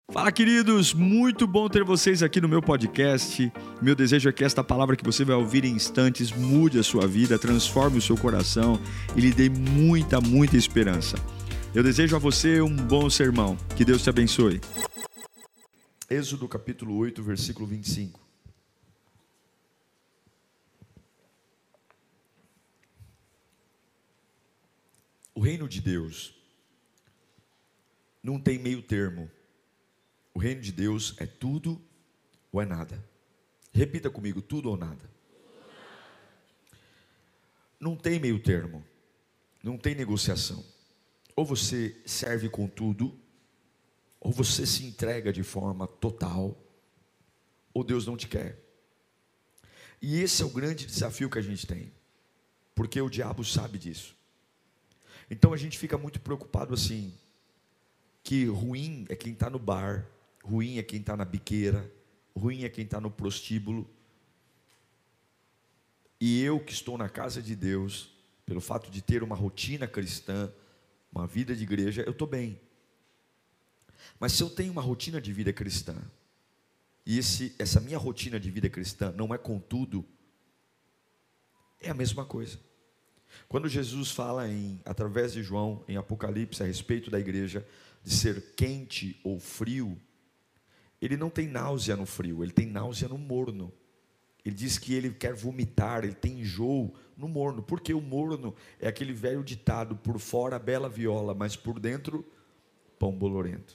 Fala, queridos, muito bom ter vocês aqui no meu podcast. Meu desejo é que esta palavra que você vai ouvir em instantes mude a sua vida, transforme o seu coração e lhe dê muita esperança. Eu desejo a você um bom sermão. Que Deus te abençoe. Êxodo capítulo 8, versículo 25. O reino de Deus não tem meio termo. O reino de Deus é tudo ou é nada. Repita comigo, tudo ou nada. Não tem meio termo. Não tem negociação. Ou você serve com tudo, ou você se entrega de forma total, ou Deus não te quer. E esse é o grande desafio que a gente tem, porque o diabo sabe disso. Então a gente fica muito preocupado assim, que ruim é quem está no bar, ruim é quem está na biqueira, ruim é quem está no prostíbulo. E eu que estou na casa de Deus, pelo fato de ter uma rotina cristã, uma vida de igreja, eu estou bem. Mas se eu tenho uma rotina de vida cristã, e essa minha rotina de vida cristã não é com tudo, é a mesma coisa. Quando Jesus fala através de João, em Apocalipse, a respeito da igreja, de ser quente ou frio, ele não tem náusea no frio, ele tem náusea no morno. Ele diz que ele quer vomitar, ele tem enjoo no morno, porque o morno é aquele velho ditado: por fora bela viola, mas por dentro pão bolorento.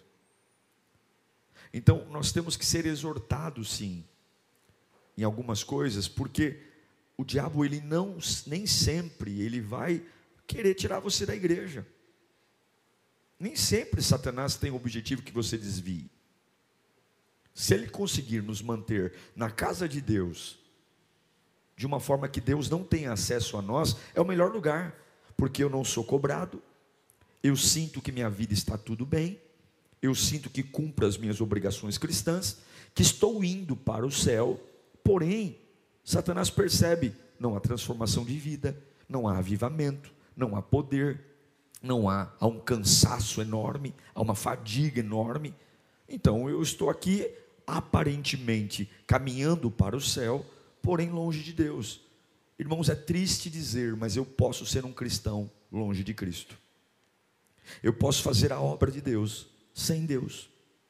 Então nós temos que ser exortados sim, em algumas coisas, porque o diabo ele nem sempre ele vai querer tirar você da igreja. Nem sempre Satanás tem o objetivo que você desvie. Se ele conseguir nos manter na casa de Deus, de uma forma que Deus não tenha acesso a nós, é o melhor lugar, porque eu não sou cobrado, eu sinto que minha vida está tudo bem, eu sinto que cumpro as minhas obrigações cristãs, que estou indo para o céu. Porém, Satanás percebe, não há transformação de vida, não há avivamento, não há poder, há um cansaço enorme, há uma fadiga enorme. Então eu estou aqui aparentemente caminhando para o céu, porém longe de Deus. Irmãos, é triste dizer, mas eu posso ser um cristão longe de Cristo. Eu posso fazer a obra de Deus sem Deus.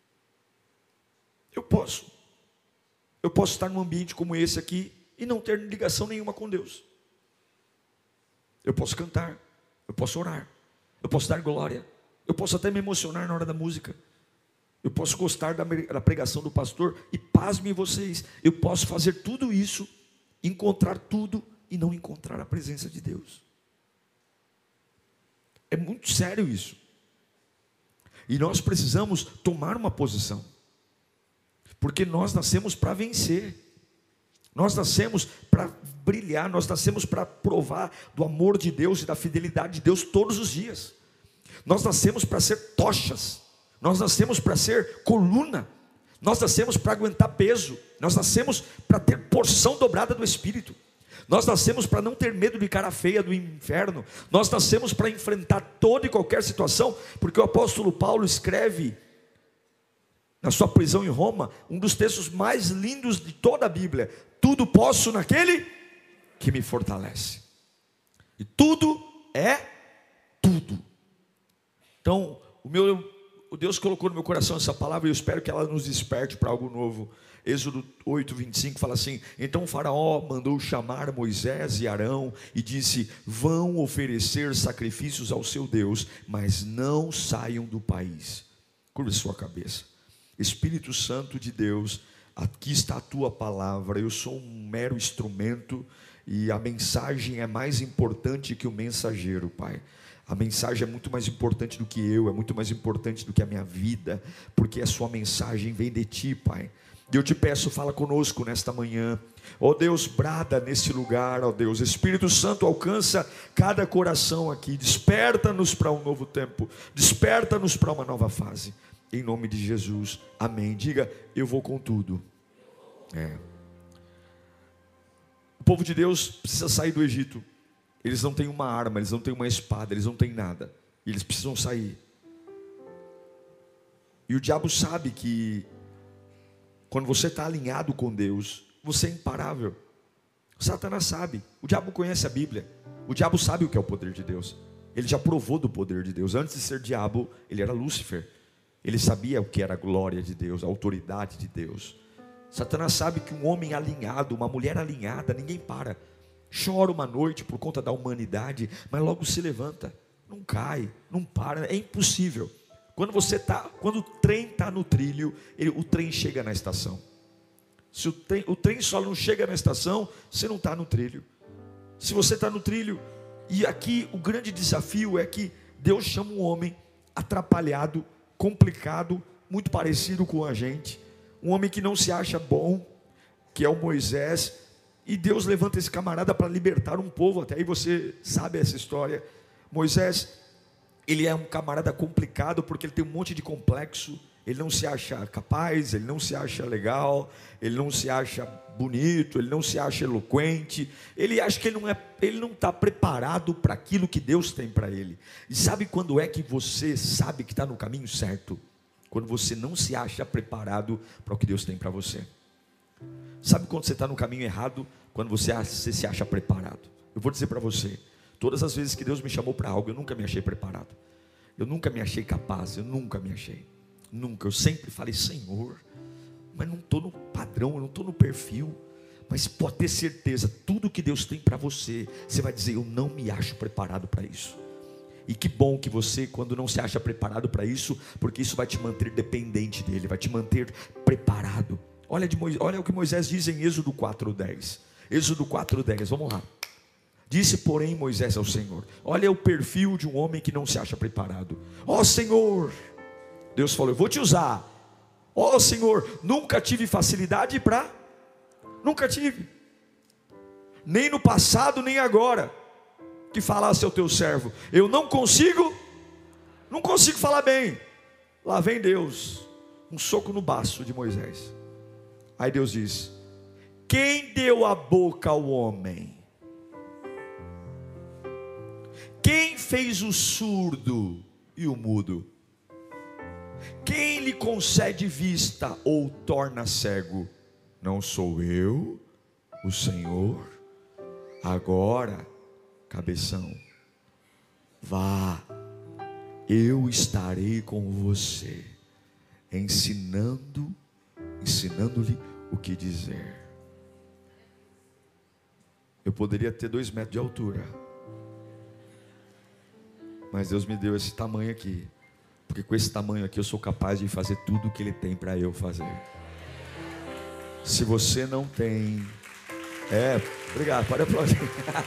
Eu posso estar num ambiente como esse aqui e não ter ligação nenhuma com Deus. Eu posso cantar, eu posso orar, eu posso dar glória, eu posso até me emocionar na hora da música, eu posso gostar da pregação do pastor, e pasmem vocês, eu posso fazer tudo isso, encontrar tudo e não encontrar a presença de Deus. É muito sério isso. E nós precisamos tomar uma posição, porque nós nascemos para vencer, nós nascemos para brilhar, nós nascemos para provar do amor de Deus e da fidelidade de Deus todos os dias. Nós nascemos para ser tochas, nós nascemos para ser coluna, nós nascemos para aguentar peso, nós nascemos para ter porção dobrada do Espírito, nós nascemos para não ter medo de cara feia do inferno, nós nascemos para enfrentar toda e qualquer situação, porque o apóstolo Paulo escreve na sua prisão em Roma, um dos textos mais lindos de toda a Bíblia: tudo posso naquele que me fortalece. E tudo é tudo. Então, o Deus colocou no meu coração essa palavra, e eu espero que ela nos desperte para algo novo. Êxodo 8, 25 fala assim: então o faraó mandou chamar Moisés e Arão e disse: vão oferecer sacrifícios ao seu Deus, mas não saiam do país. Curva sua cabeça. Espírito Santo de Deus, aqui está a tua palavra, eu sou um mero instrumento, e a mensagem é mais importante que o mensageiro, Pai. A mensagem é muito mais importante do que eu, é muito mais importante do que a minha vida, porque a sua mensagem vem de ti, Pai. E eu te peço, fala conosco nesta manhã, ó Deus, brada nesse lugar, ó Deus, Espírito Santo, alcança cada coração aqui, desperta-nos para um novo tempo, desperta-nos para uma nova fase, em nome de Jesus, amém. Diga: eu vou com tudo. O povo de Deus precisa sair do Egito. Eles não têm uma arma, eles não têm uma espada, eles não têm nada, e eles precisam sair. E o diabo sabe que quando você está alinhado com Deus, você é imparável. Satanás sabe, o diabo conhece a Bíblia, o diabo sabe o que é o poder de Deus. Ele já provou do poder de Deus. Antes de ser diabo, ele era Lúcifer. Ele sabia o que era a glória de Deus, a autoridade de Deus. Satanás sabe que um homem alinhado, uma mulher alinhada, ninguém para. Chora uma noite por conta da humanidade, mas logo se levanta. Não cai, não para, é impossível. Quando o trem está no trilho, o trem chega na estação. Se o trem só não chega na estação, você não está no trilho. Se você está no trilho, e aqui o grande desafio é que Deus chama um homem atrapalhado, complicado, muito parecido com a gente, um homem que não se acha bom, que é o Moisés, e Deus levanta esse camarada para libertar um povo. Até aí você sabe essa história. Moisés, ele é um camarada complicado, porque ele tem um monte de complexo. Ele não se acha capaz, ele não se acha legal, ele não se acha bonito, ele não se acha eloquente, ele acha que ele não está preparado para aquilo que Deus tem para ele. E sabe quando é que você sabe que está no caminho certo? Quando você não se acha preparado para o que Deus tem para você. Sabe quando você está no caminho errado? Quando você se acha preparado. Eu vou dizer para você, todas as vezes que Deus me chamou para algo, eu nunca me achei preparado, eu nunca me achei capaz, eu nunca me achei. Nunca, eu sempre falei, Senhor, mas não estou no padrão, eu não estou no perfil. Mas pode ter certeza, tudo que Deus tem para você, você vai dizer, eu não me acho preparado para isso. E que bom que você, quando não se acha preparado para isso, porque isso vai te manter dependente dele, vai te manter preparado. Olha o que Moisés diz em Êxodo 4:10. Êxodo 4:10, vamos lá. Disse, porém, Moisés ao Senhor, olha o perfil de um homem que não se acha preparado. Ó Senhor, Deus falou, eu vou te usar. Ó Senhor, nunca tive facilidade para... Nunca tive. Nem no passado, nem agora. Que falasse ao teu servo, eu não consigo falar bem. Lá vem Deus, um soco no baço de Moisés. Aí Deus diz, quem deu a boca ao homem? Quem fez o surdo e o mudo? Quem lhe concede vista ou torna cego? Não sou eu, o Senhor? Agora, cabeção, vá, eu estarei com você, ensinando-lhe o que dizer. Eu poderia ter 2 metros de altura, mas Deus me deu esse tamanho aqui, porque com esse tamanho aqui eu sou capaz de fazer tudo o que Ele tem para eu fazer. Se você não tem, obrigado, pode aplaudir.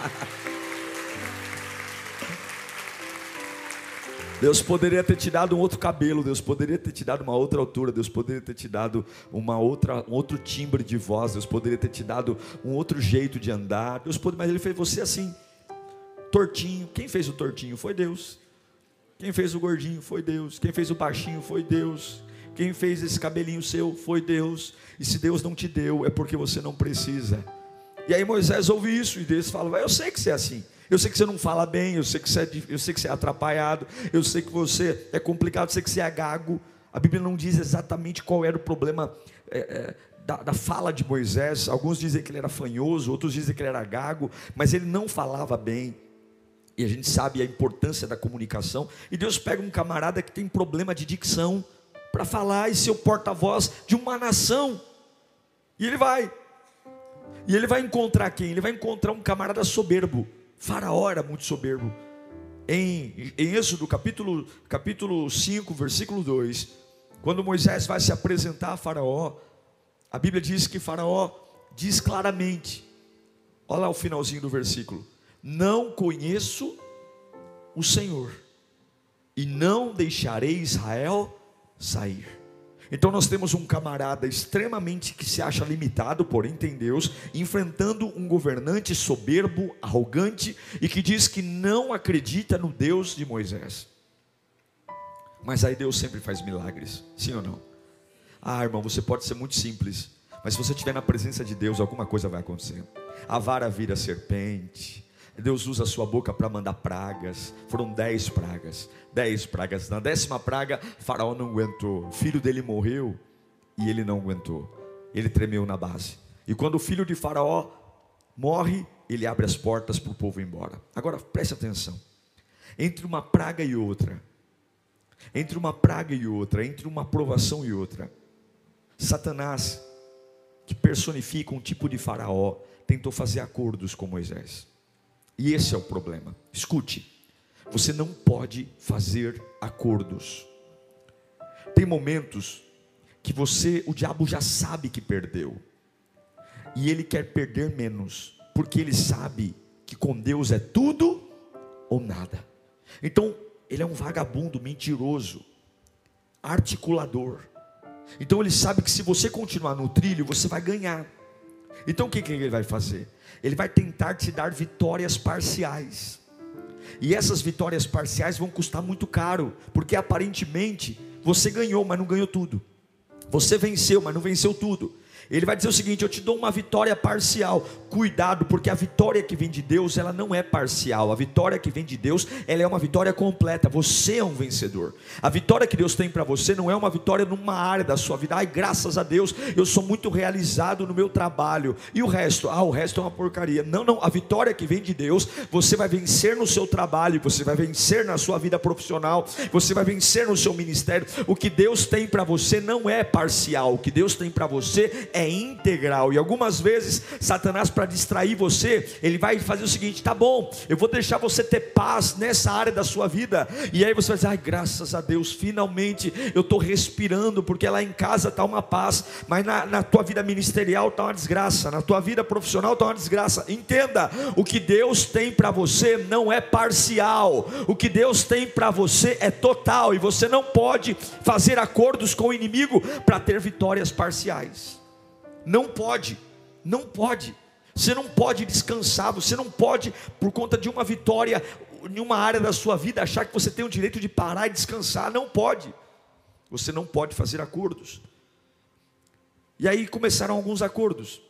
Deus poderia ter te dado um outro cabelo, Deus poderia ter te dado uma outra altura, Deus poderia ter te dado um outro timbre de voz, Deus poderia ter te dado um outro jeito de andar, mas Ele fez você assim, tortinho. Quem fez o tortinho? Foi Deus. Quem fez o gordinho? Foi Deus. Quem fez o baixinho? Foi Deus. Quem fez esse cabelinho seu? Foi Deus. E se Deus não te deu, é porque você não precisa. E aí Moisés ouve isso, e Deus fala, eu sei que você é assim, eu sei que você não fala bem, eu sei que você é atrapalhado, eu sei que você é complicado, eu sei que você é gago. A Bíblia não diz exatamente qual era o problema da fala de Moisés. Alguns dizem que ele era fanhoso, outros dizem que ele era gago, mas ele não falava bem. E a gente sabe a importância da comunicação. E Deus pega um camarada que tem problema de dicção para falar e ser o porta-voz de uma nação. E ele vai encontrar quem? Ele vai encontrar um camarada soberbo. Faraó era muito soberbo. Em Êxodo capítulo 5, versículo 2, quando Moisés vai se apresentar a Faraó, a Bíblia diz que Faraó diz claramente, olha lá o finalzinho do versículo, não conheço o Senhor, e não deixarei Israel sair. Então nós temos um camarada extremamente que se acha limitado, porém tem Deus, enfrentando um governante soberbo, arrogante, e que diz que não acredita no Deus de Moisés. Mas aí Deus sempre faz milagres, sim ou não? Irmão, você pode ser muito simples, mas se você estiver na presença de Deus, alguma coisa vai acontecer. A vara vira serpente, Deus usa a sua boca para mandar pragas. Foram 10 pragas. 10 pragas. Na 10ª praga, Faraó não aguentou. O filho dele morreu e ele não aguentou. Ele tremeu na base. E quando o filho de Faraó morre, ele abre as portas para o povo ir embora. Agora preste atenção. Entre uma praga e outra, entre uma provação e outra, Satanás, que personifica um tipo de Faraó, tentou fazer acordos com Moisés. E esse é o problema. Escute, você não pode fazer acordos. Tem momentos que o diabo já sabe que perdeu, e ele quer perder menos, porque ele sabe que com Deus é tudo ou nada. Então ele é um vagabundo, mentiroso, articulador. Então ele sabe que se você continuar no trilho, você vai ganhar. Então o que ele vai fazer? Ele vai tentar te dar vitórias parciais. E essas vitórias parciais vão custar muito caro, porque aparentemente você ganhou, mas não ganhou tudo. Você venceu, mas não venceu tudo. Ele vai dizer o seguinte: eu te dou uma vitória parcial. Cuidado, porque a vitória que vem de Deus, ela não é parcial. A vitória que vem de Deus, ela é uma vitória completa. Você é um vencedor. A vitória que Deus tem para você não é uma vitória numa área da sua vida. Ai, graças a Deus, eu sou muito realizado no meu trabalho. E o resto? O resto é uma porcaria. Não, a vitória que vem de Deus, você vai vencer no seu trabalho, você vai vencer na sua vida profissional, você vai vencer no seu ministério. O que Deus tem para você não é parcial. O que Deus tem para você é integral. E algumas vezes Satanás, para distrair você, ele vai fazer o seguinte: tá bom, eu vou deixar você ter paz nessa área da sua vida. E aí você vai dizer: ai, graças a Deus, finalmente eu estou respirando, porque lá em casa está uma paz, mas na tua vida ministerial está uma desgraça, na tua vida profissional está uma desgraça. Entenda, o que Deus tem para você não é parcial. O que Deus tem para você é total. E você não pode fazer acordos com o inimigo para ter vitórias parciais. Não pode. Você não pode descansar, você não pode, por conta de uma vitória em uma área da sua vida, achar que você tem o direito de parar e descansar. Não pode. Você não pode fazer acordos. E aí começaram alguns acordos.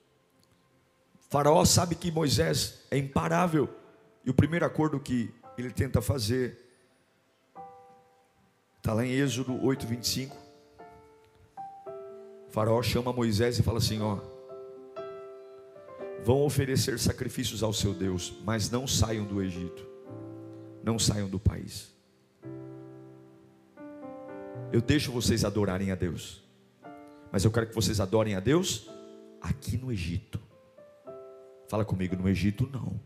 Faraó sabe que Moisés é imparável, e o primeiro acordo que ele tenta fazer está lá em Êxodo 8:25. Faraó chama Moisés e fala assim: vão oferecer sacrifícios ao seu Deus, mas não saiam do Egito, não saiam do país. Eu deixo vocês adorarem a Deus, mas eu quero que vocês adorem a Deus aqui no Egito. Fala comigo: no Egito não.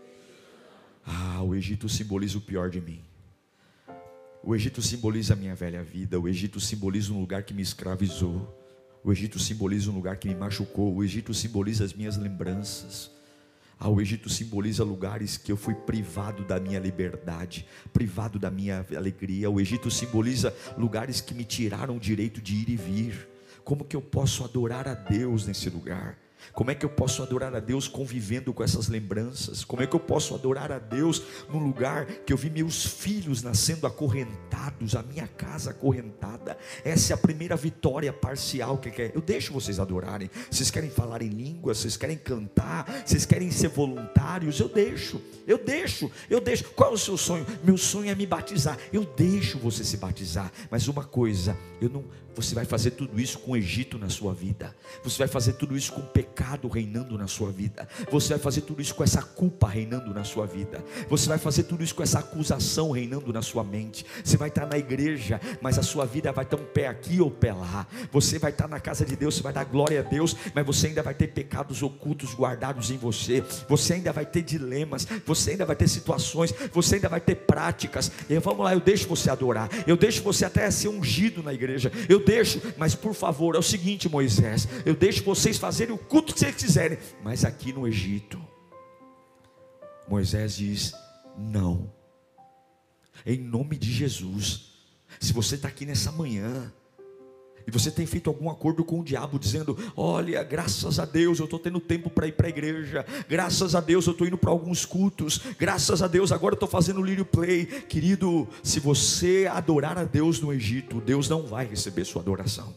O Egito simboliza o pior de mim. O Egito simboliza a minha velha vida. O Egito simboliza um lugar que me escravizou. O Egito simboliza um lugar que me machucou. O Egito simboliza as minhas lembranças. O Egito simboliza lugares que eu fui privado da minha liberdade, privado da minha alegria. O Egito simboliza lugares que me tiraram o direito de ir e vir. Como que eu posso adorar a Deus nesse lugar? Como é que eu posso adorar a Deus convivendo com essas lembranças? Como é que eu posso adorar a Deus num lugar que eu vi meus filhos nascendo acorrentados, a minha casa acorrentada? Essa é a primeira vitória parcial que quer. Eu deixo vocês adorarem. Vocês querem falar em línguas, vocês querem cantar, vocês querem ser voluntários, eu deixo. Qual é o seu sonho? Meu sonho é me batizar. Eu deixo você se batizar. Mas uma coisa, você vai fazer tudo isso com o Egito na sua vida. Você vai fazer tudo isso com o pecado reinando na sua vida. Você vai fazer tudo isso com essa culpa reinando na sua vida. Você vai fazer tudo isso com essa acusação reinando na sua mente. Você vai estar na igreja, mas a sua vida vai estar um pé aqui ou pé lá. Você vai estar na casa de Deus, você vai dar glória a Deus, mas você ainda vai ter pecados ocultos guardados em você. Você ainda vai ter dilemas, você ainda vai ter situações, você ainda vai ter práticas. E vamos lá, eu deixo você adorar, eu deixo você até ser ungido na igreja, eu deixo, mas por favor, é o seguinte, Moisés, eu deixo vocês fazerem o culto que vocês quiserem, mas aqui no Egito. Moisés diz: não, em nome de Jesus. Se você está aqui nessa manhã e você tem feito algum acordo com o diabo, dizendo: olha, graças a Deus eu estou tendo tempo para ir para a igreja, graças a Deus eu estou indo para alguns cultos, graças a Deus agora eu estou fazendo Lírio Play. Querido, se você adorar a Deus no Egito, Deus não vai receber sua adoração.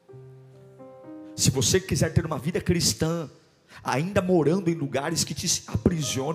Se você quiser ter uma vida cristã, ainda morando em lugares que te aprisionam,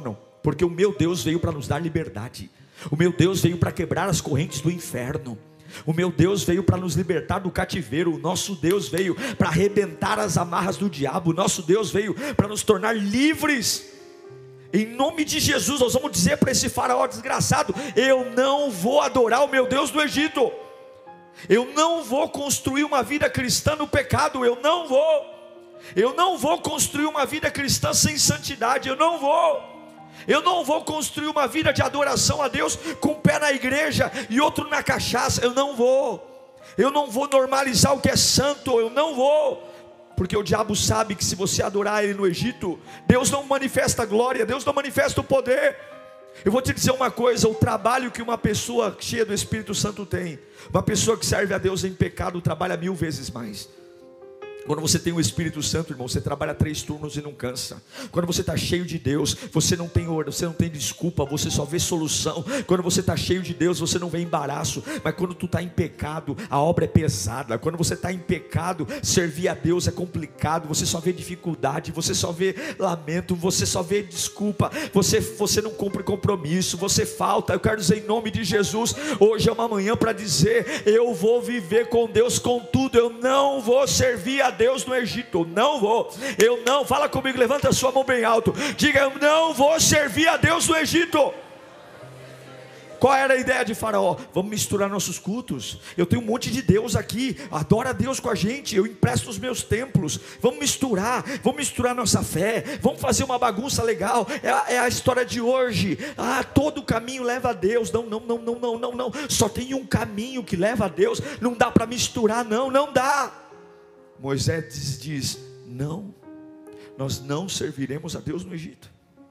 porque o meu Deus veio para nos dar liberdade. O meu Deus veio para quebrar as correntes do inferno. O meu Deus veio para nos libertar do cativeiro. O nosso Deus veio para arrebentar as amarras do diabo. O nosso Deus veio para nos tornar livres. Em nome de Jesus, nós vamos dizer para esse faraó desgraçado: eu não vou adorar o meu Deus do Egito. Eu não vou construir uma vida cristã no pecado. Eu não vou construir uma vida cristã sem santidade. Eu não vou construir uma vida de adoração a Deus com um pé na igreja e outro na cachaça. Eu não vou normalizar o que é santo. Eu não vou, porque o diabo sabe que se você adorar ele no Egito, Deus não manifesta a glória, Deus não manifesta o poder. Eu vou te dizer uma coisa: o trabalho que uma pessoa cheia do Espírito Santo tem, uma pessoa que serve a Deus em pecado, trabalha 1000 vezes mais. Quando você tem o Espírito Santo, irmão, você trabalha 3 turnos e não cansa. Quando você está cheio de Deus, você não tem desculpa, você só vê solução. Quando você está cheio de Deus, você não vê embaraço. Mas quando tu está em pecado, a obra é pesada. Quando você está em pecado, servir a Deus é complicado. Você só vê dificuldade, você só vê lamento, você só vê desculpa. Você não cumpre compromisso, você falta. Eu quero dizer em nome de Jesus, hoje é uma manhã para dizer: eu vou viver com Deus com tudo. Eu não vou servir a Deus no Egito. Eu não, fala comigo, levanta a sua mão bem alto, diga: eu não vou servir a Deus no Egito. Qual era a ideia de Faraó? Vamos misturar nossos cultos. Eu tenho um monte de Deus aqui, adora a Deus com a gente, eu empresto os meus templos. Vamos misturar nossa fé, vamos fazer uma bagunça legal. É a história de hoje. Todo caminho leva a Deus. Não, só tem um caminho que leva a Deus. Não dá para misturar, não dá. Moisés diz: não, nós não serviremos a Deus no Egito.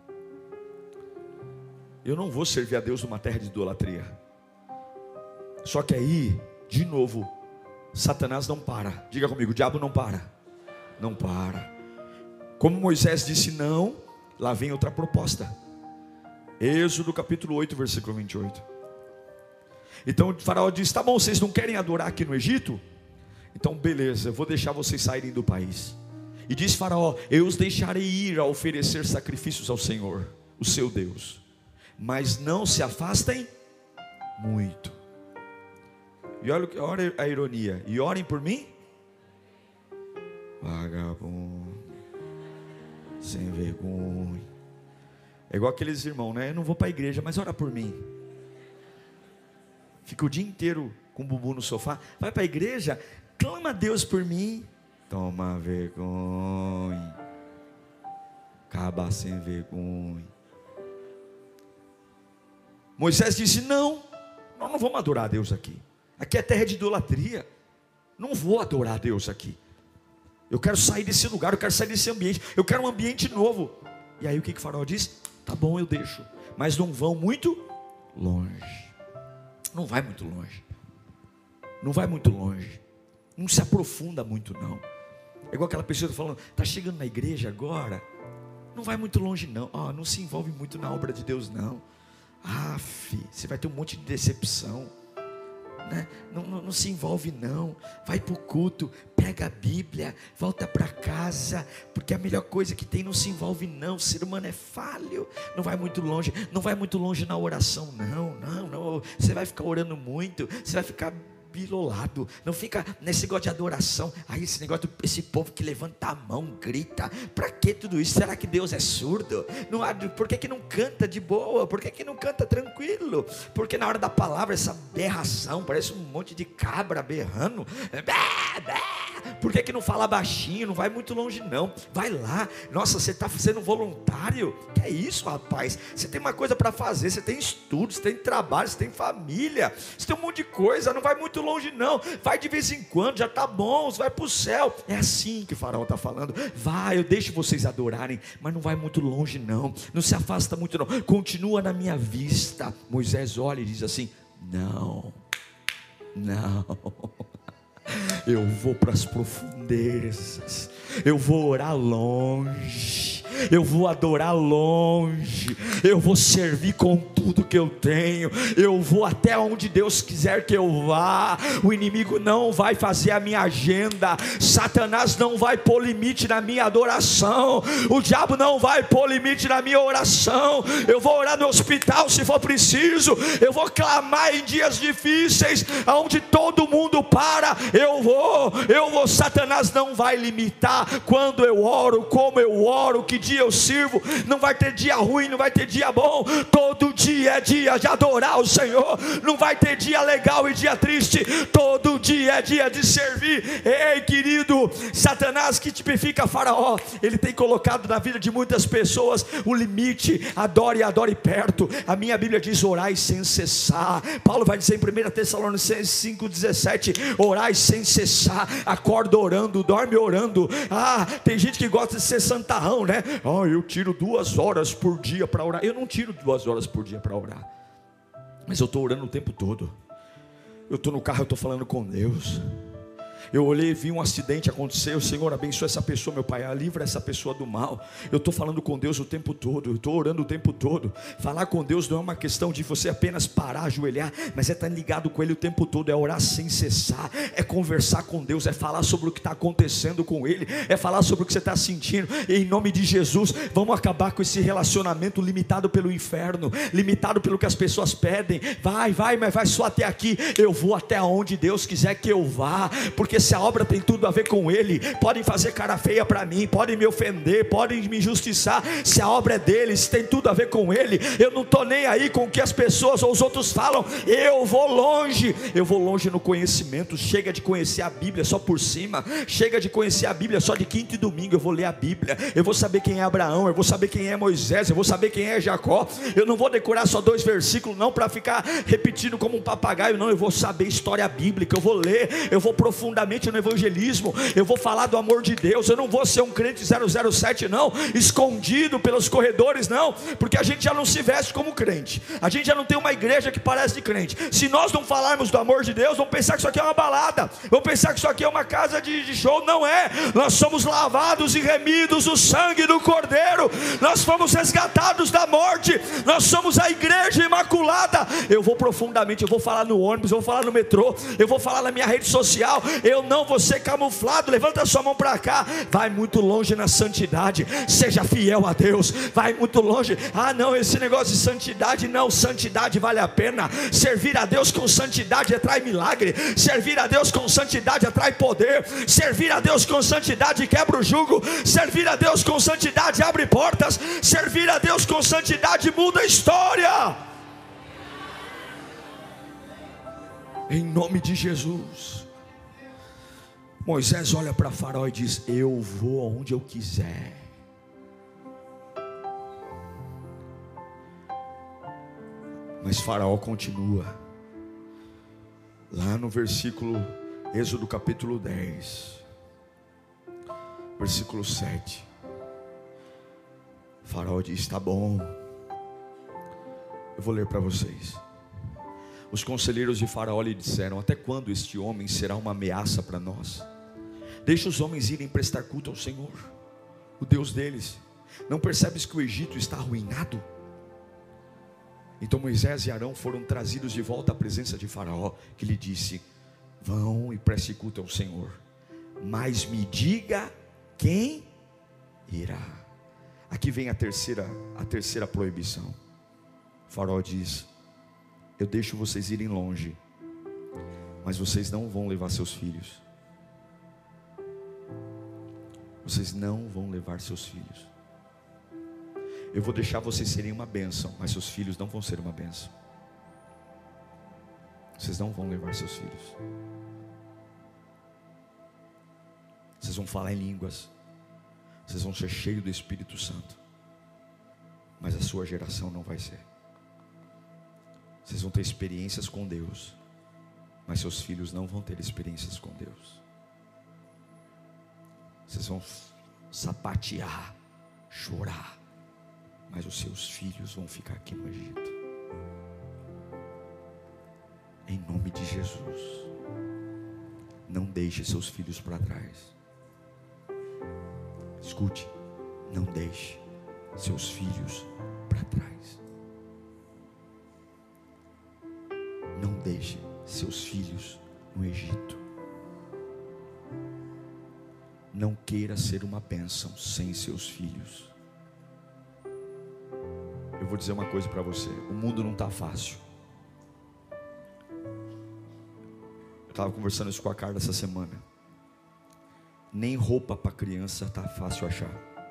Eu não vou servir a Deus numa terra de idolatria. Só que aí, de novo, Satanás não para. Diga comigo: o diabo não para. Como Moisés disse não, lá vem outra proposta. Êxodo capítulo 8, versículo 28. Então o faraó diz: tá bom, vocês não querem adorar aqui no Egito? Então beleza, eu vou deixar vocês saírem do país. E diz Faraó: eu os deixarei ir a oferecer sacrifícios ao Senhor, o seu Deus, mas não se afastem muito. E olha a ironia: e orem por mim, vagabundo, sem vergonha. É igual aqueles irmãos, né? Eu não vou para a igreja, mas ora por mim. Fica o dia inteiro com o bumbum no sofá. Vai para a igreja, clama a Deus por mim. Toma vergonha, acaba sem vergonha. Moisés disse: não, nós não vamos adorar a Deus aqui. Aqui é terra de idolatria. Não vou adorar a Deus aqui. Eu quero sair desse lugar, eu quero sair desse ambiente. Eu quero um ambiente novo. E aí o que o faraó diz? Tá bom, eu deixo, mas não vão muito longe. Não vai muito longe. Não vai muito longe. Não se aprofunda muito não. É igual aquela pessoa que está falando: está chegando na igreja agora, não vai muito longe não. Não se envolve muito na obra de Deus não. Você vai ter um monte de decepção, né? Não se envolve não. Vai para o culto, pega a Bíblia, volta para casa, porque a melhor coisa que tem. Não se envolve não, o ser humano é falho. Não vai muito longe. Não vai muito longe na oração não. Você vai ficar orando muito, você vai ficar bilolado. Não fica nesse negócio de adoração. Esse negócio, esse povo que levanta a mão, grita. Para que tudo isso? Será que Deus é surdo? Por que não canta de boa? Por que não canta tranquilo? Porque na hora da palavra, essa berração, parece um monte de cabra berrando. Por que não fala baixinho? Não vai muito longe não. Vai lá. Nossa, você está sendo voluntário? Que é isso, rapaz? Você tem uma coisa para fazer. Você tem estudos, você tem trabalho, você tem família, você tem um monte de coisa. Não vai muito longe não. Vai de vez em quando, já está bom. Você vai para o céu. É assim que o faraó está falando. Vai, eu deixo vocês adorarem, mas não vai muito longe não. Não se afasta muito não. Continua na minha vista. Moisés olha e diz assim: não, eu vou para as profundezas, eu vou orar longe, eu vou adorar longe, eu vou servir com tudo que eu tenho, eu vou até onde Deus quiser que eu vá. O inimigo não vai fazer a minha agenda, Satanás não vai pôr limite na minha adoração, o diabo não vai pôr limite na minha oração. Eu vou orar no hospital se for preciso, eu vou clamar em dias difíceis, aonde todo mundo para, eu vou. Satanás não vai limitar quando eu oro, como eu oro, que dia eu sirvo. Não vai ter dia ruim, não vai ter dia bom, todo dia é dia de adorar o Senhor. Não vai ter dia legal e dia triste, todo dia é dia de servir. Ei, querido, Satanás, que tipifica Faraó, ele tem colocado na vida de muitas pessoas o limite: adore perto. A minha Bíblia diz: orai sem cessar. Paulo vai dizer em 1 Tessalonicenses 5,17: orai sem cessar. Acorda orando, dorme orando. Tem gente que gosta de ser santarrão, né? Eu tiro 2 horas por dia para orar. Eu não tiro 2 horas por dia para orar, mas eu estou orando o tempo todo. Eu estou no carro, eu estou falando com Deus. Eu olhei e vi um acidente acontecer. O Senhor abençoa essa pessoa, meu Pai, livra essa pessoa do mal. Eu estou falando com Deus o tempo todo, eu estou orando o tempo todo. Falar com Deus não é uma questão de você apenas parar, ajoelhar, mas é estar ligado com Ele o tempo todo, é orar sem cessar, é conversar com Deus, é falar sobre o que está acontecendo com Ele, é falar sobre o que você está sentindo. E em nome de Jesus, vamos acabar com esse relacionamento limitado pelo inferno, limitado pelo que as pessoas pedem. Mas vai só até aqui. Eu vou até onde Deus quiser que eu vá, porque se a obra tem tudo a ver com Ele, podem fazer cara feia para mim, podem me ofender, podem me injustiçar. Se a obra é deles, tem tudo a ver com Ele. Eu não estou nem aí com o que as pessoas ou os outros falam. Eu vou longe no conhecimento. Chega de conhecer a Bíblia só por cima, chega de conhecer a Bíblia só de quinta e domingo. Eu vou ler a Bíblia, eu vou saber quem é Abraão, eu vou saber quem é Moisés, eu vou saber quem é Jacó. Eu não vou decorar só 2 versículos não, para ficar repetindo como um papagaio, não. Eu vou saber história bíblica, eu vou ler, eu vou profundamente no evangelismo, eu vou falar do amor de Deus. Eu não vou ser um crente 007 não, escondido pelos corredores não, porque a gente já não se veste como crente, a gente já não tem uma igreja que parece de crente. Se nós não falarmos do amor de Deus, vão pensar que isso aqui é uma balada, vão pensar que isso aqui é uma casa de show. Não é. Nós somos lavados e remidos no sangue do Cordeiro, nós fomos resgatados da morte, nós somos a igreja imaculada. Eu vou profundamente, eu vou falar no ônibus, eu vou falar no metrô, eu vou falar na minha rede social. Eu não vou ser camuflado. Levanta a sua mão para cá. Vai muito longe na santidade, seja fiel a Deus. Vai muito longe. Não, esse negócio de santidade não, santidade vale a pena. Servir a Deus com santidade atrai milagre, servir a Deus com santidade atrai poder, servir a Deus com santidade quebra o jugo, servir a Deus com santidade abre portas, servir a Deus com santidade muda a história. Em nome de Jesus. Moisés olha para Faraó e diz: eu vou aonde eu quiser. Mas Faraó continua. Lá no versículo, Êxodo capítulo 10, versículo 7. Faraó diz: tá bom, eu vou ler para vocês. Os conselheiros de Faraó lhe disseram: até quando este homem será uma ameaça para nós? Deixa os homens irem prestar culto ao Senhor, o Deus deles. Não percebes que o Egito está arruinado? Então Moisés e Arão foram trazidos de volta à presença de Faraó, que lhe disse: vão e preste culto ao Senhor, mas me diga quem irá. Aqui vem a terceira proibição. Faraó diz: eu deixo vocês irem longe, mas vocês não vão levar seus filhos. Vocês não vão levar seus filhos. Eu vou deixar vocês serem uma bênção, mas seus filhos não vão ser uma bênção. Vocês não vão levar seus filhos. Vocês vão falar em línguas, vocês vão ser cheios do Espírito Santo, mas a sua geração não vai ser. Vocês vão ter experiências com Deus, mas seus filhos não vão ter experiências com Deus. Vocês vão sapatear, chorar, mas os seus filhos vão ficar aqui no Egito. Em nome de Jesus, não deixe seus filhos para trás. Escute, não deixe. seus filhos para trás. Não deixe seus filhos no Egito. Não queira ser uma bênção sem seus filhos. Eu vou dizer uma coisa para você: o mundo não está fácil. Eu estava conversando isso com a Carla essa semana. Nem roupa para criança está fácil achar.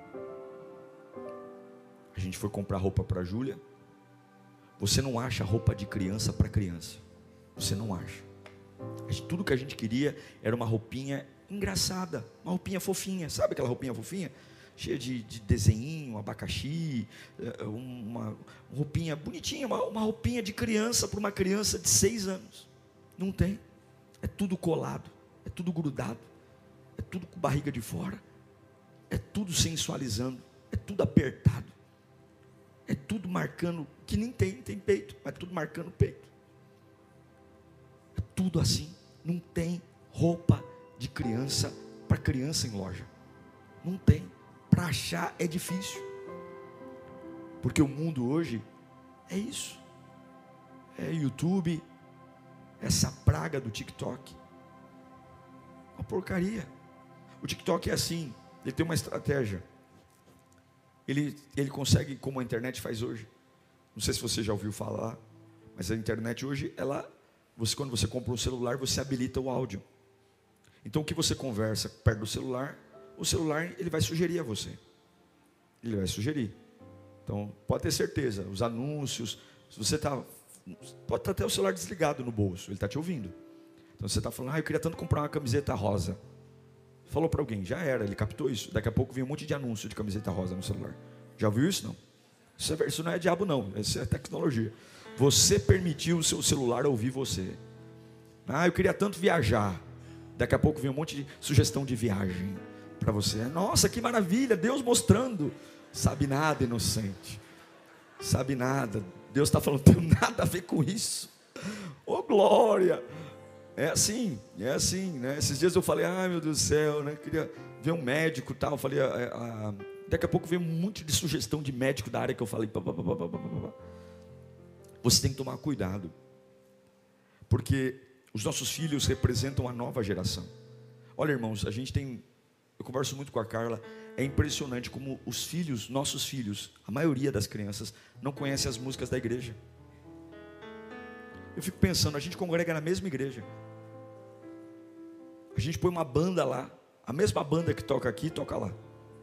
A gente foi comprar roupa para a Júlia. Você não acha roupa de criança para criança. Você não acha. Tudo que a gente queria era uma roupinha engraçada, uma roupinha fofinha. Sabe aquela roupinha fofinha? Cheia de desenhinho, abacaxi, uma roupinha bonitinha, uma roupinha de criança para uma criança de 6 anos. Não tem. É tudo colado, é tudo grudado, é tudo com barriga de fora, é tudo sensualizando, é tudo apertado, é tudo marcando, que nem tem peito, mas tudo marcando peito. É tudo assim. Não tem roupa de criança para criança em loja. Não tem. Para achar é difícil. Porque o mundo hoje é isso. É YouTube, essa praga do TikTok. Uma porcaria. O TikTok é assim, ele tem uma estratégia. Ele consegue, como a internet faz hoje. Não sei se você já ouviu falar, mas a internet hoje, quando você compra um celular, você habilita o áudio. Então o que você conversa perto do celular, o celular ele vai sugerir a você. Ele vai sugerir. Então pode ter certeza, os anúncios, se você pode estar até o celular desligado no bolso, ele está te ouvindo. Então você está falando, eu queria tanto comprar uma camiseta rosa. Falou para alguém, já era, ele captou isso. Daqui a pouco vem um monte de anúncio de camiseta rosa no celular. Já ouviu isso? Não. Isso não é diabo não, isso é tecnologia. Você permitiu o seu celular ouvir você. Eu queria tanto viajar. Daqui a pouco vem um monte de sugestão de viagem para você. Nossa, que maravilha, Deus mostrando. Sabe nada, inocente. Sabe nada. Deus está falando, não tem nada a ver com isso. Oh, glória. É assim, né? Esses dias eu falei, meu Deus do céu, né? Queria ver um médico e tal. Eu falei, daqui a pouco vem um monte de sugestão de médico da área que eu falei. Você tem que tomar cuidado. Porque os nossos filhos representam a nova geração. Olha, irmãos, eu converso muito com a Carla. É impressionante como os filhos, nossos filhos, a maioria das crianças, não conhecem as músicas da igreja. Eu fico pensando, a gente congrega na mesma igreja. A gente põe uma banda lá. A mesma banda que toca aqui, toca lá.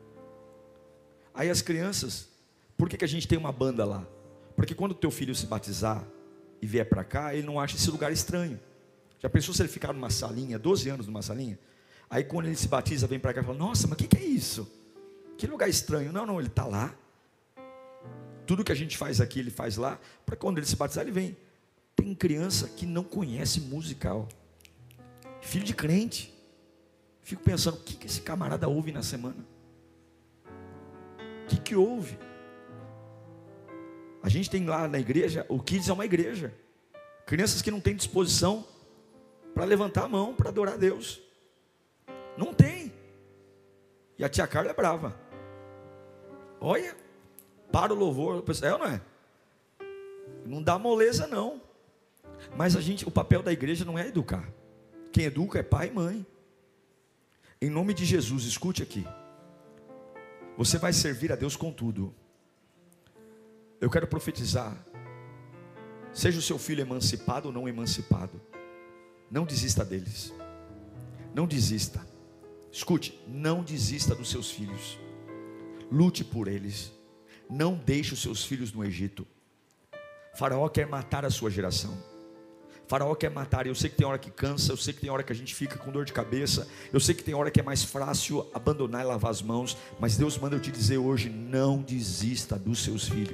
Aí as crianças, por que a gente tem uma banda lá? Porque quando o teu filho se batizar e vier para cá, ele não acha esse lugar estranho. Já pensou se ele ficar numa salinha, 12 anos numa salinha? Aí quando ele se batiza, vem para cá e fala, nossa, mas o que é isso? Que lugar estranho. Não, ele está lá. Tudo que a gente faz aqui, ele faz lá. Para quando ele se batizar, ele vem. Tem criança que não conhece musical. Filho de crente. Fico pensando, o que esse camarada ouve na semana? O que ouve? A gente tem lá na igreja, o Kids é uma igreja. Crianças que não têm disposição para levantar a mão, para adorar a Deus. Não tem. E a tia Carla é brava. Olha, para o louvor, é ou não é? Não dá moleza não. Mas o papel da igreja não é educar. Quem educa é pai e mãe. Em nome de Jesus, escute aqui. Você vai servir a Deus com tudo. Eu quero profetizar. Seja o seu filho emancipado ou não emancipado, não desista deles. Não desista. Escute, não desista dos seus filhos. Lute por eles. Não deixe os seus filhos no Egito. Faraó quer matar a sua geração. Faraó quer matar. Eu sei que tem hora que cansa. Eu sei que tem hora que a gente fica com dor de cabeça. Eu sei que tem hora que é mais fácil abandonar e lavar as mãos. Mas Deus manda eu te dizer hoje, não desista dos seus filhos.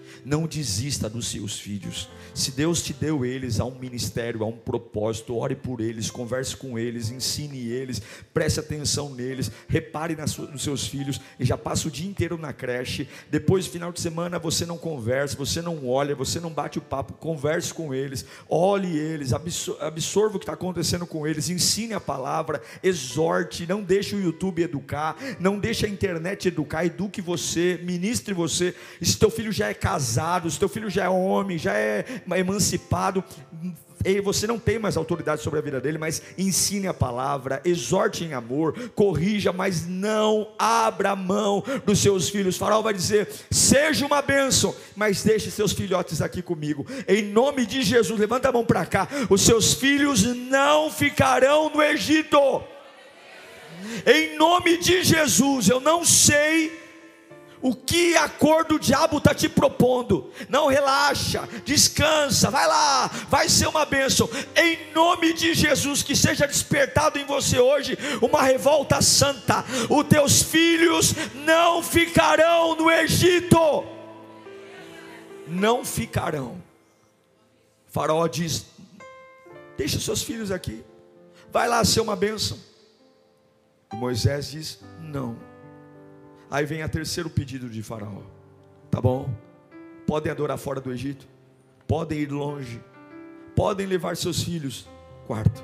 Não desista dos seus filhos. Se Deus te deu eles a um ministério, a um propósito, ore por eles, converse com eles, ensine eles, preste atenção neles, repare nos seus filhos, e já passa o dia inteiro na creche. Depois, no final de semana, você não conversa, você não olha, você não bate o papo, converse com eles, olhe eles, absorva o que está acontecendo com eles, ensine a palavra, exorte, não deixe o YouTube educar, não deixe a internet educar, eduque você, ministre você. Se teu filho já é casado, se teu filho já é homem, já é emancipado, você não tem mais autoridade sobre a vida dele, mas ensine a palavra, exorte em amor, corrija, mas não abra mão dos seus filhos. Faraó vai dizer: seja uma bênção, mas deixe seus filhotes aqui comigo, em nome de Jesus. Levanta a mão para cá. Os seus filhos não ficarão no Egito, em nome de Jesus. Eu não sei o que acordo o diabo está te propondo. Não, relaxa, descansa, vai lá, vai ser uma bênção. Em nome de Jesus, que seja despertado em você hoje uma revolta santa. Os teus filhos não ficarão no Egito. Não ficarão. Faraó diz: deixa seus filhos aqui, vai lá ser uma bênção. E Moisés diz: não. Aí vem o terceiro pedido de Faraó: tá bom, podem adorar fora do Egito, podem ir longe, podem levar seus filhos. Quarto,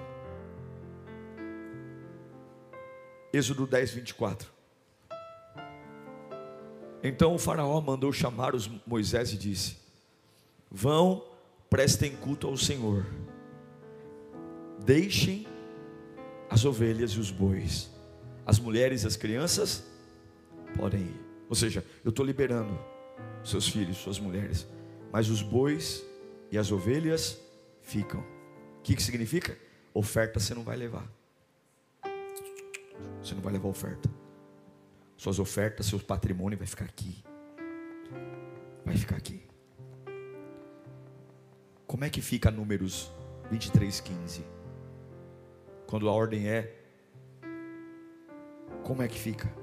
Êxodo 10, 24. Então o Faraó mandou chamar Moisés e disse: vão, prestem culto ao Senhor, deixem as ovelhas e os bois, as mulheres e as crianças podem ir. Ou seja, eu estou liberando seus filhos, suas mulheres, mas os bois e as ovelhas ficam. O que significa? Oferta você não vai levar. Você não vai levar oferta. Suas ofertas, seu patrimônio vai ficar aqui. Vai ficar aqui. Como é que fica Números 23:15? Quando a ordem é, como é que fica?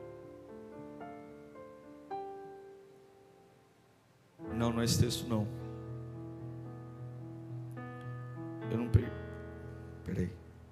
Não, não é esse texto não. Eu não peguei. Peraí.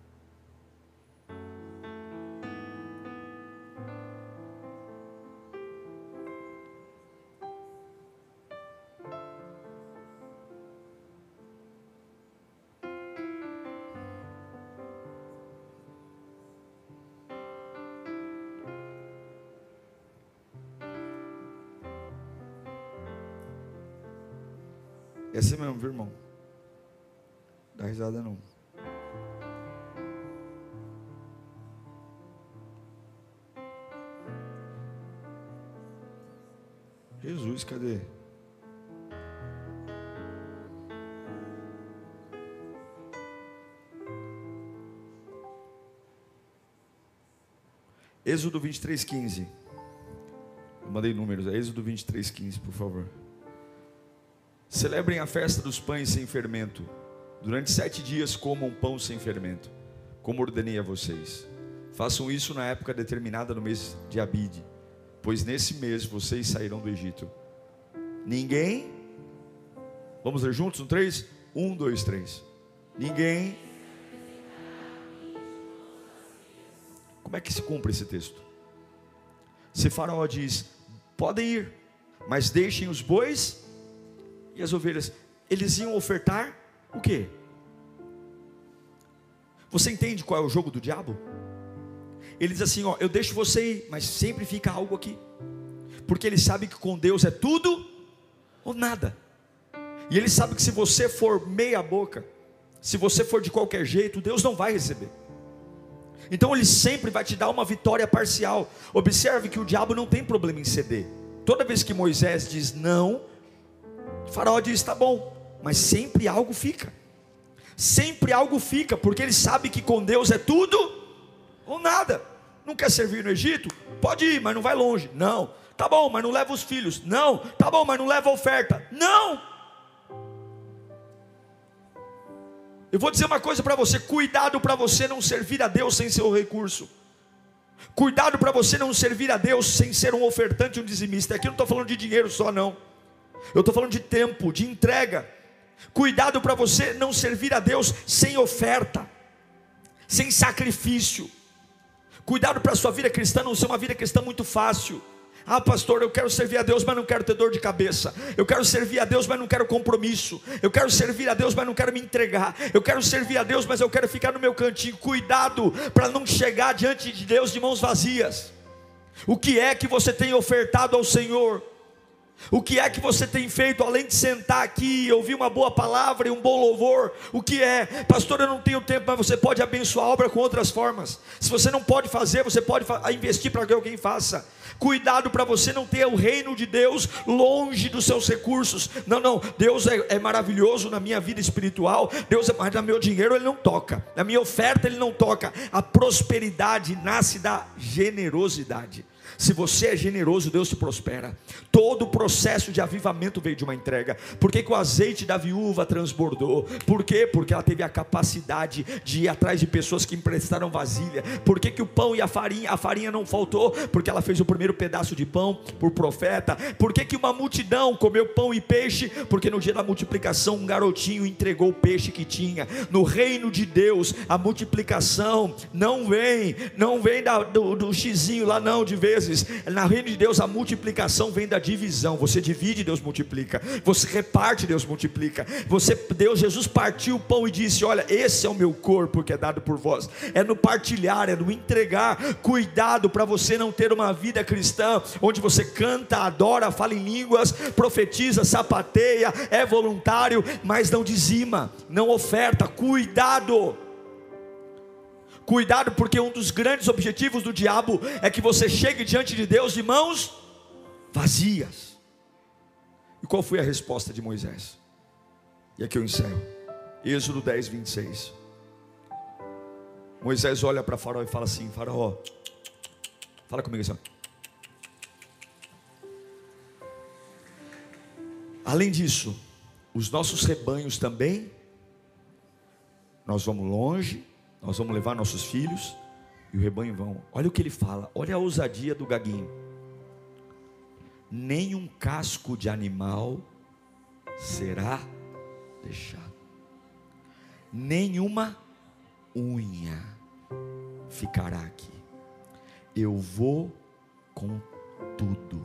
É assim mesmo, viu, irmão? Dá risada não. Jesus, cadê? Êxodo 23:15. Eu mandei números, é Êxodo 23:15, por favor. Celebrem a festa dos pães sem fermento. Durante 7 dias comam pão sem fermento, como ordenei a vocês. Façam isso na época determinada no mês de Abide, pois nesse mês vocês sairão do Egito. Ninguém, vamos ler juntos no 3? 1, 2, 3. Ninguém. Como é que se cumpre esse texto? Se Faraó diz: podem ir, mas deixem os bois e as ovelhas, eles iam ofertar o quê? Você entende qual é o jogo do diabo? Ele diz assim: ó, eu deixo você ir, mas sempre fica algo aqui, porque ele sabe que com Deus é tudo ou nada. E ele sabe que se você for meia boca, se você for de qualquer jeito, Deus não vai receber. Então ele sempre vai te dar uma vitória parcial. Observe que o diabo não tem problema em ceder. Toda vez que Moisés diz não, o Faraó diz: tá bom, mas sempre algo fica. Sempre algo fica, porque ele sabe que com Deus é tudo ou nada. Não quer servir no Egito? Pode ir, mas não vai longe. Não. Tá bom, mas não leva os filhos. Não. Tá bom, mas não leva a oferta. Não. Eu vou dizer uma coisa para você: cuidado para você não servir a Deus sem seu recurso. Cuidado para você não servir a Deus sem ser um ofertante, um dizimista. Aqui eu não estou falando de dinheiro só não. Eu estou falando de tempo, de entrega. Cuidado para você não servir a Deus sem oferta, sem sacrifício. Cuidado para a sua vida cristã não ser uma vida cristã muito fácil. Ah, pastor, eu quero servir a Deus, mas não quero ter dor de cabeça. Eu quero servir a Deus, mas não quero compromisso. Eu quero servir a Deus, mas não quero me entregar. Eu quero servir a Deus, mas eu quero ficar no meu cantinho. Cuidado para não chegar diante de Deus de mãos vazias. O que é que você tem ofertado ao Senhor? O que é que você tem feito, além de sentar aqui e ouvir uma boa palavra e um bom louvor? O que é? Pastor, eu não tenho tempo, mas você pode abençoar a obra com outras formas. Se você não pode fazer, você pode investir para que alguém faça. Cuidado para você não ter o reino de Deus longe dos seus recursos. Não, Deus é maravilhoso na minha vida espiritual, mas no meu dinheiro Ele não toca, na minha oferta Ele não toca. A prosperidade nasce da generosidade. Se você é generoso, Deus te prospera. Todo o processo de avivamento veio de uma entrega. Por que que o azeite da viúva transbordou? Por quê? Porque ela teve a capacidade de ir atrás de pessoas que emprestaram vasilha. Por que que o pão e a farinha não faltou? Porque ela fez o primeiro pedaço de pão por profeta. Por que que uma multidão comeu pão e peixe? Porque no dia da multiplicação um garotinho entregou o peixe que tinha. No reino de Deus a multiplicação não vem do xizinho lá não, de vezes. Na reino de Deus a multiplicação vem da divisão. Você divide, Deus multiplica. Você reparte, Deus multiplica. Jesus partiu o pão e disse: olha, esse é o meu corpo que é dado por vós. É no partilhar, é no entregar. Cuidado para você não ter uma vida cristã onde você canta, adora, fala em línguas, profetiza, sapateia, é voluntário, mas não dizima, não oferta. Cuidado, porque um dos grandes objetivos do diabo é que você chegue diante de Deus de mãos vazias. E qual foi a resposta de Moisés? E aqui eu encerro. Êxodo 10, 26. Moisés olha para Faraó e fala assim: Faraó, fala comigo assim. Além disso, os nossos rebanhos também, nós vamos longe, nós vamos levar nossos filhos e o rebanho vão. Olha o que ele fala, olha a ousadia do gaguinho. Nenhum casco de animal será deixado, nenhuma unha ficará aqui. Eu vou com tudo.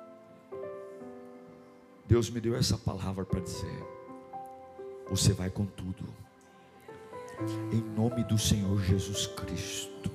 Deus me deu essa palavra para dizer: você vai com tudo. Em nome do Senhor Jesus Cristo.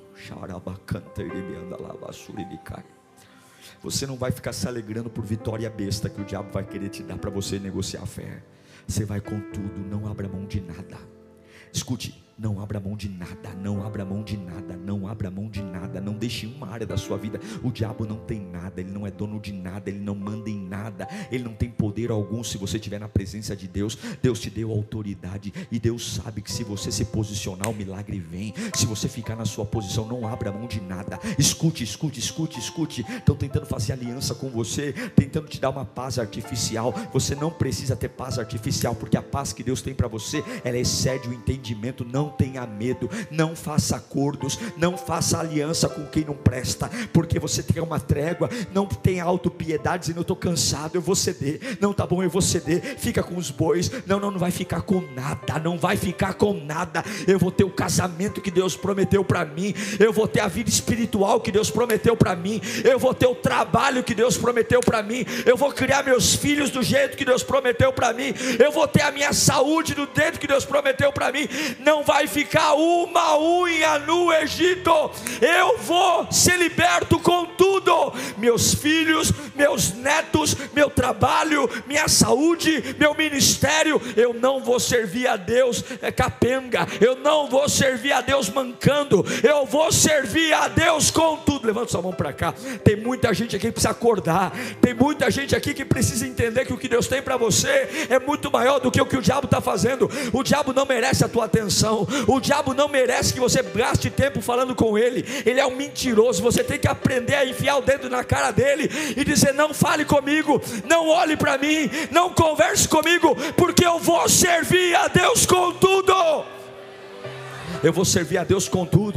Você não vai ficar se alegrando por vitória besta que o diabo vai querer te dar para você negociar a fé. Você vai com tudo, não abra mão de nada. Escute, não abra mão de nada, não abra mão de nada, não abra mão de nada, não deixe uma área da sua vida. O diabo não tem nada, ele não é dono de nada, ele não manda em nada, ele não tem poder algum. Se você estiver na presença de Deus, Deus te deu autoridade, e Deus sabe que se você se posicionar, o milagre vem. Se você ficar na sua posição, não abra mão de nada. Escute, estão tentando fazer aliança com você, tentando te dar uma paz artificial. Você não precisa ter paz artificial, porque a paz que Deus tem para você, ela excede o entendimento. Não tenha medo, não faça acordos, não faça aliança com quem não presta, porque você tem uma trégua. Não tenha autopiedade dizendo: eu estou cansado, eu vou ceder. Não, tá bom, eu vou ceder, fica com os bois. Não vai ficar com nada, não vai ficar com nada. Eu vou ter o casamento que Deus prometeu para mim, eu vou ter a vida espiritual que Deus prometeu para mim, eu vou ter o trabalho que Deus prometeu para mim, eu vou criar meus filhos do jeito que Deus prometeu para mim, eu vou ter a minha saúde do jeito que Deus prometeu para mim. Não vai ficar uma unha no Egito. Eu vou ser liberto com tudo. Meus filhos, meus netos, meu trabalho, minha saúde, meu ministério. Eu não vou servir a Deus capenga, eu não vou servir a Deus mancando, eu vou servir a Deus com tudo. Levanta sua mão para cá. Tem muita gente aqui que precisa acordar, tem muita gente aqui que precisa entender que o que Deus tem para você é muito maior do que o diabo está fazendo. O diabo não merece a tua atenção, o diabo não merece que você gaste tempo falando com ele. Ele é um mentiroso. Você tem que aprender a enfiar o dedo na cara dele e dizer: não fale comigo, não olhe para mim, não converse comigo, porque eu vou servir a Deus com tudo. Eu vou servir a Deus com tudo.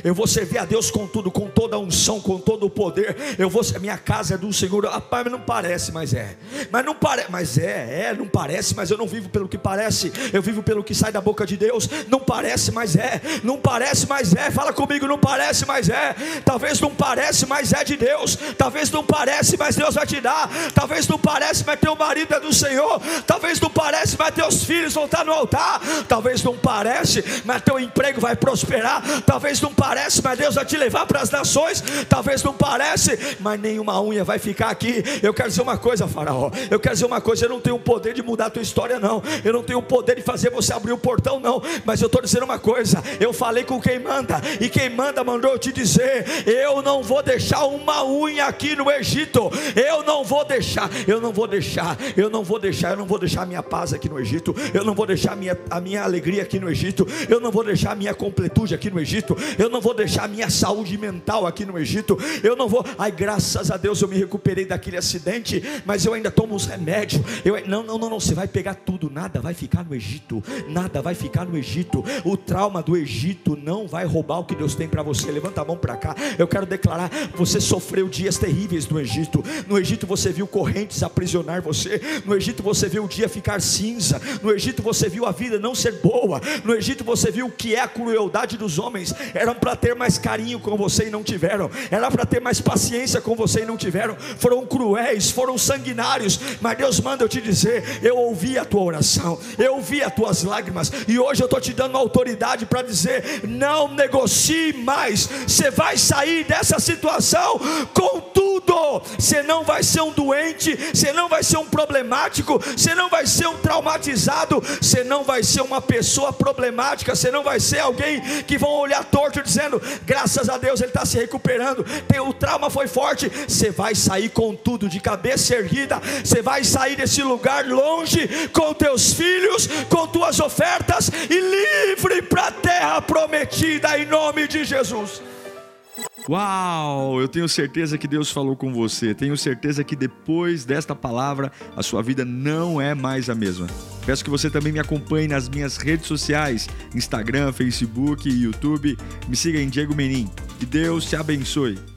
Eu vou servir a Deus com tudo, com toda a unção, com todo o poder. Minha casa é do Senhor. Rapaz, mas não parece, mas é. Mas não parece, não parece, mas eu não vivo pelo que parece. Eu vivo pelo que sai da boca de Deus. Não parece, mas é. Não parece, mas é. Fala comigo, não parece, mas é. Talvez não parece, mas é de Deus. Talvez não parece, mas Deus vai te dar. Talvez não parece, mas teu marido é do Senhor. Talvez não parece, mas teus filhos vão estar no altar. Talvez não parece, mas teu emprego vai prosperar. Talvez não parece, mas Deus vai te levar para as nações. Talvez não parece, mas nenhuma unha vai ficar aqui. Eu quero dizer uma coisa, Faraó. Eu quero dizer uma coisa, eu não tenho o poder de mudar a tua história, não. Eu não tenho o poder de fazer você abrir o portão, não. Mas eu estou dizendo uma coisa, eu falei com quem manda, e quem manda mandou eu te dizer: eu não vou deixar uma unha aqui no Egito. Eu não vou deixar a minha paz aqui no Egito. Eu não vou deixar a minha alegria aqui no Egito. Eu não vou deixar a minha completude aqui no Egito. Eu não vou deixar a minha saúde mental aqui no Egito. Eu não vou, graças a Deus eu me recuperei daquele acidente, mas eu ainda tomo os remédios. Não, você vai pegar tudo, nada vai ficar no Egito. Nada vai ficar no Egito. O trauma do Egito não vai roubar o que Deus tem para você. Levanta a mão para cá. Eu quero declarar: você sofreu dias terríveis no Egito. No Egito você viu correntes aprisionar você. No Egito você viu o dia ficar cinza. No Egito você viu a vida não ser boa. No Egito você viu o que é a crueldade dos homens. Eram para ter mais carinho com você e não tiveram. Era para ter mais paciência com você e não tiveram. Foram cruéis, foram sanguinários. Mas Deus manda eu te dizer: eu ouvi a tua oração, eu ouvi as tuas lágrimas, e hoje eu estou te dando autoridade para dizer: não negocie mais. Você vai sair dessa situação com tudo. Você não vai ser um doente, você não vai ser um problemático, você não vai ser um traumatizado, você não vai ser uma pessoa problemática, você não vai ser alguém que vão olhar torto dizendo: graças a Deus ele está se recuperando, o trauma foi forte. Você vai sair com tudo, de cabeça erguida. Você vai sair desse lugar longe, com teus filhos, com tuas ofertas, e livre para a terra prometida, em nome de Jesus. Uau, eu tenho certeza que Deus falou com você. Tenho certeza que depois desta palavra a sua vida não é mais a mesma. Peço que você também me acompanhe nas minhas redes sociais: Instagram, Facebook e YouTube. Me siga em Diego Menin. Que Deus te abençoe.